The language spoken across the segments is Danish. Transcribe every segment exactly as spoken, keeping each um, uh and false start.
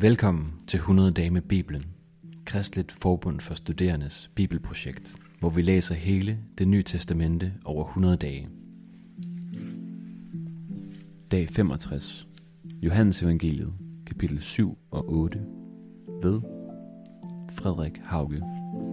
Velkommen til hundrede dage med Bibelen, Kristeligt Forbund for Studerendes Bibelprojekt, hvor vi læser hele Det Nye Testamente over hundrede dage. Dag femogtres, Johannes Evangeliet, kapitel syv og otte, ved Frederik Hauge.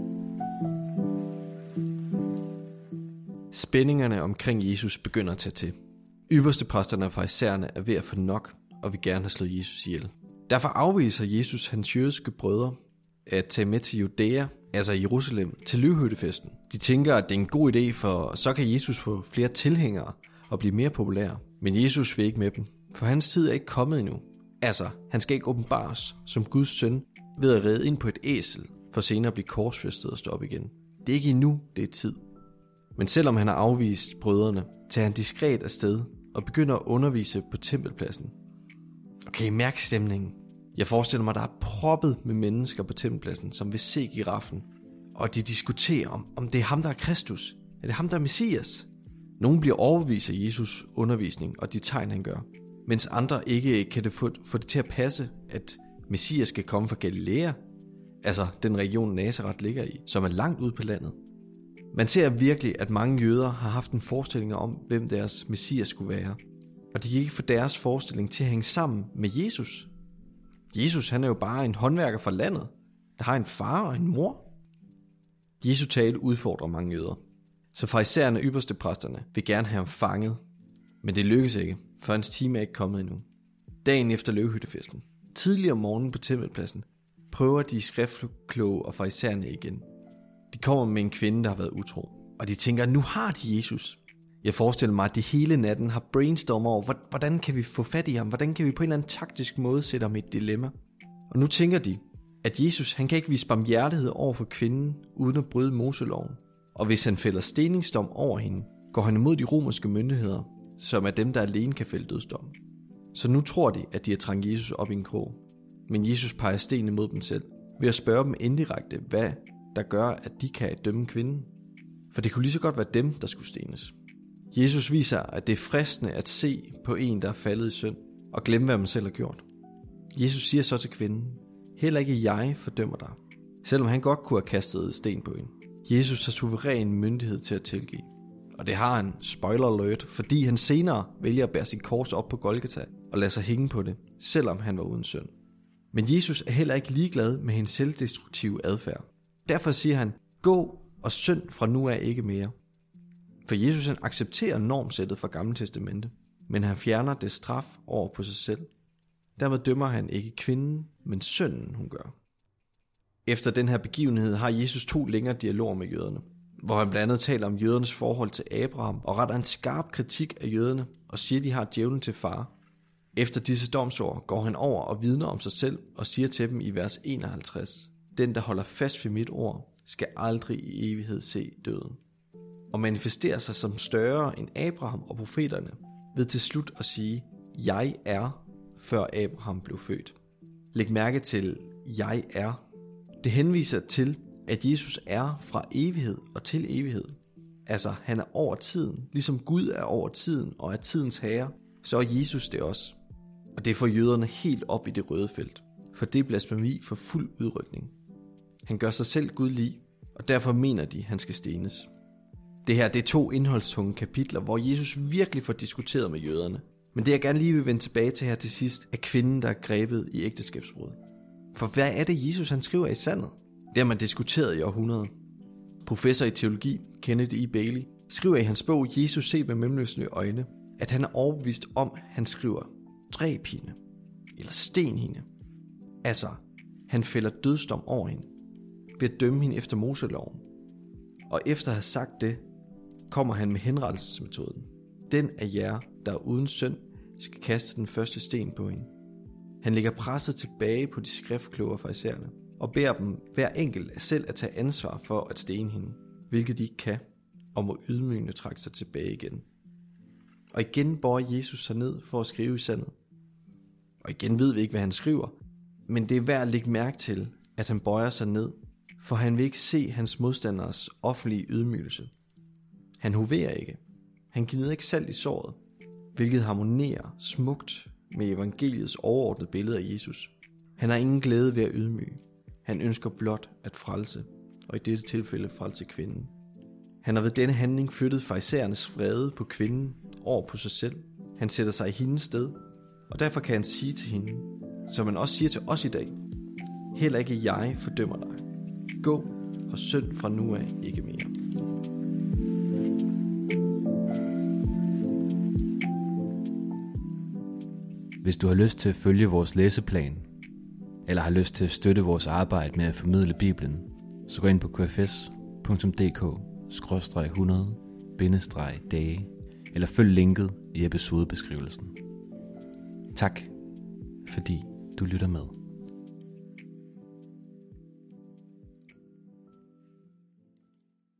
Spændingerne omkring Jesus begynder at tage til. Ypperstepræsterne og farisæerne er ved at få nok og vil gerne have slået Jesus ihjel. Derfor afviser Jesus hans jødiske brødre at tage med til Judæa, altså Jerusalem, til løvhyttefesten. De tænker, at det er en god idé, for så kan Jesus få flere tilhængere og blive mere populær. Men Jesus vil ikke med dem, for hans tid er ikke kommet endnu. Altså, han skal ikke åbenbares som Guds søn ved at ride ind på et æsel, for senere at blive korsfæstet og stå op igen. Det er ikke endnu, det er tid. Men selvom han har afvist brødrene, tager han diskret afsted og begynder at undervise på tempelpladsen. Okay, mærk stemningen. Jeg forestiller mig, der er proppet med mennesker på tempelpladsen, som vil se giraffen. Og de diskuterer om, om det er ham, der er Kristus. Er det ham, der er Messias? Nogle bliver overbevist af Jesus undervisning og de tegn, han gør. Mens andre ikke kan det få, få det til at passe, at Messias skal komme fra Galilea. Altså den region Nazareth ligger i, som er langt ude på landet. Man ser virkelig, at mange jøder har haft en forestilling om, hvem deres Messias skulle være. Og de kan ikke få deres forestilling til at hænge sammen med Jesus. Jesus, han er jo bare en håndværker fra landet, der har en far og en mor. Jesu tale udfordrer mange jøder. Så farisæerne og ypperstepræsterne vil gerne have ham fanget. Men det lykkes ikke, for hans time er ikke kommet endnu. Dagen efter løvhyttefesten, tidligere om morgenen på tempelpladsen, prøver de skriftkloge og farisæerne igen. De kommer med en kvinde, der har været utro. Og de tænker, nu har de Jesus. Jeg forestiller mig, at de hele natten har brainstormet over, hvordan kan vi få fat i ham? Hvordan kan vi på en eller anden taktisk måde sætte ham i et dilemma? Og nu tænker de, at Jesus han kan ikke vise barmhjertighed over for kvinden, uden at bryde Moseloven. Og hvis han fælder steningsdom over hende, går han imod de romerske myndigheder, som er dem, der alene kan fælde dødsdom. Så nu tror de, at de har trængt Jesus op i en krog. Men Jesus peger stenen mod dem selv, ved at spørge dem indirekte, hvad der gør, at de kan dømme kvinden. For det kunne lige så godt være dem, der skulle stenes. Jesus viser, at det er fristende at se på en, der er faldet i synd, og glemme, hvad man selv har gjort. Jesus siger så til kvinden, heller ikke jeg fordømmer dig, selvom han godt kunne have kastet sten på hende. Jesus har suveræn myndighed til at tilgive. Og det har han, spoiler alert, fordi han senere vælger at bære sit kors op på Golgata og lade sig hænge på det, selvom han var uden synd. Men Jesus er heller ikke ligeglad med hendes selvdestruktive adfærd. Derfor siger han, gå og synd fra nu af ikke mere. For Jesus han accepterer normsættet fra Gamle Testamente, men han fjerner det straf over på sig selv. Dermed dømmer han ikke kvinden, men synden hun gør. Efter den her begivenhed har Jesus to længere dialoger med jøderne, hvor han blandt andet taler om jødernes forhold til Abraham og retter en skarp kritik af jøderne og siger, at de har djævlen til far. Efter disse domsord går han over og vidner om sig selv og siger til dem i vers enoghalvtreds, den der holder fast ved mit ord, skal aldrig i evighed se døden. Og manifesterer sig som større end Abraham og profeterne, ved til slut at sige, jeg er, før Abraham blev født. Læg mærke til, jeg er. Det henviser til, at Jesus er fra evighed og til evighed. Altså, han er over tiden, ligesom Gud er over tiden og er tidens herre, så er Jesus det også. Og det får jøderne helt op i det røde felt, for det er blasfemi for fuld udrykning. Han gør sig selv Gud lig, og derfor mener de, han skal stenes. Det her det er to indholdstunge kapitler, hvor Jesus virkelig får diskuteret med jøderne. Men det jeg gerne lige vil vende tilbage til her til sidst, er kvinden, der er grebet i ægteskabsbrud. For hvad er det, Jesus han skriver i sandet? Det har man diskuteret i århundreder. Professor i teologi, Kenneth E. Bailey, skriver i hans bog Jesus set med mellemløsende øjne, at han er overbevist om, han skriver, dræb hende, eller sten hende. Altså, han fælder dødsdom over hende, ved at dømme hende efter Moseloven. Og efter at have sagt det, kommer han med henrettelsesmetoden. Den af jer, der er uden synd, skal kaste den første sten på hende. Han lægger presset tilbage på de skriftkloge og farisæerne, og beder dem hver enkelt af selv at tage ansvar for at stene hende, hvilket de ikke kan, og må ydmygende trække sig tilbage igen. Og igen bøjer Jesus sig ned for at skrive i sandet. Og igen ved vi ikke, hvad han skriver, men det er værd at lægge mærke til, at han bøjer sig ned, for han vil ikke se hans modstanders offentlige ydmygelse. Han hoverer ikke. Han gnider ikke salt i såret, hvilket harmonerer smukt med evangeliets overordnede billede af Jesus. Han har ingen glæde ved at ydmyge. Han ønsker blot at frelse, og i dette tilfælde frelse kvinden. Han har ved denne handling flyttet farisæernes vrede på kvinden over på sig selv. Han sætter sig i hendes sted, og derfor kan han sige til hende, som han også siger til os i dag: heller ikke jeg fordømmer dig. Gå og synd fra nu af ikke mere. Hvis du har lyst til at følge vores læseplan, eller har lyst til at støtte vores arbejde med at formidle Bibelen, så gå ind på k f s punktum d k skråstreg hundrede bindestreg dage, eller følg linket i episodebeskrivelsen. Tak, fordi du lytter med.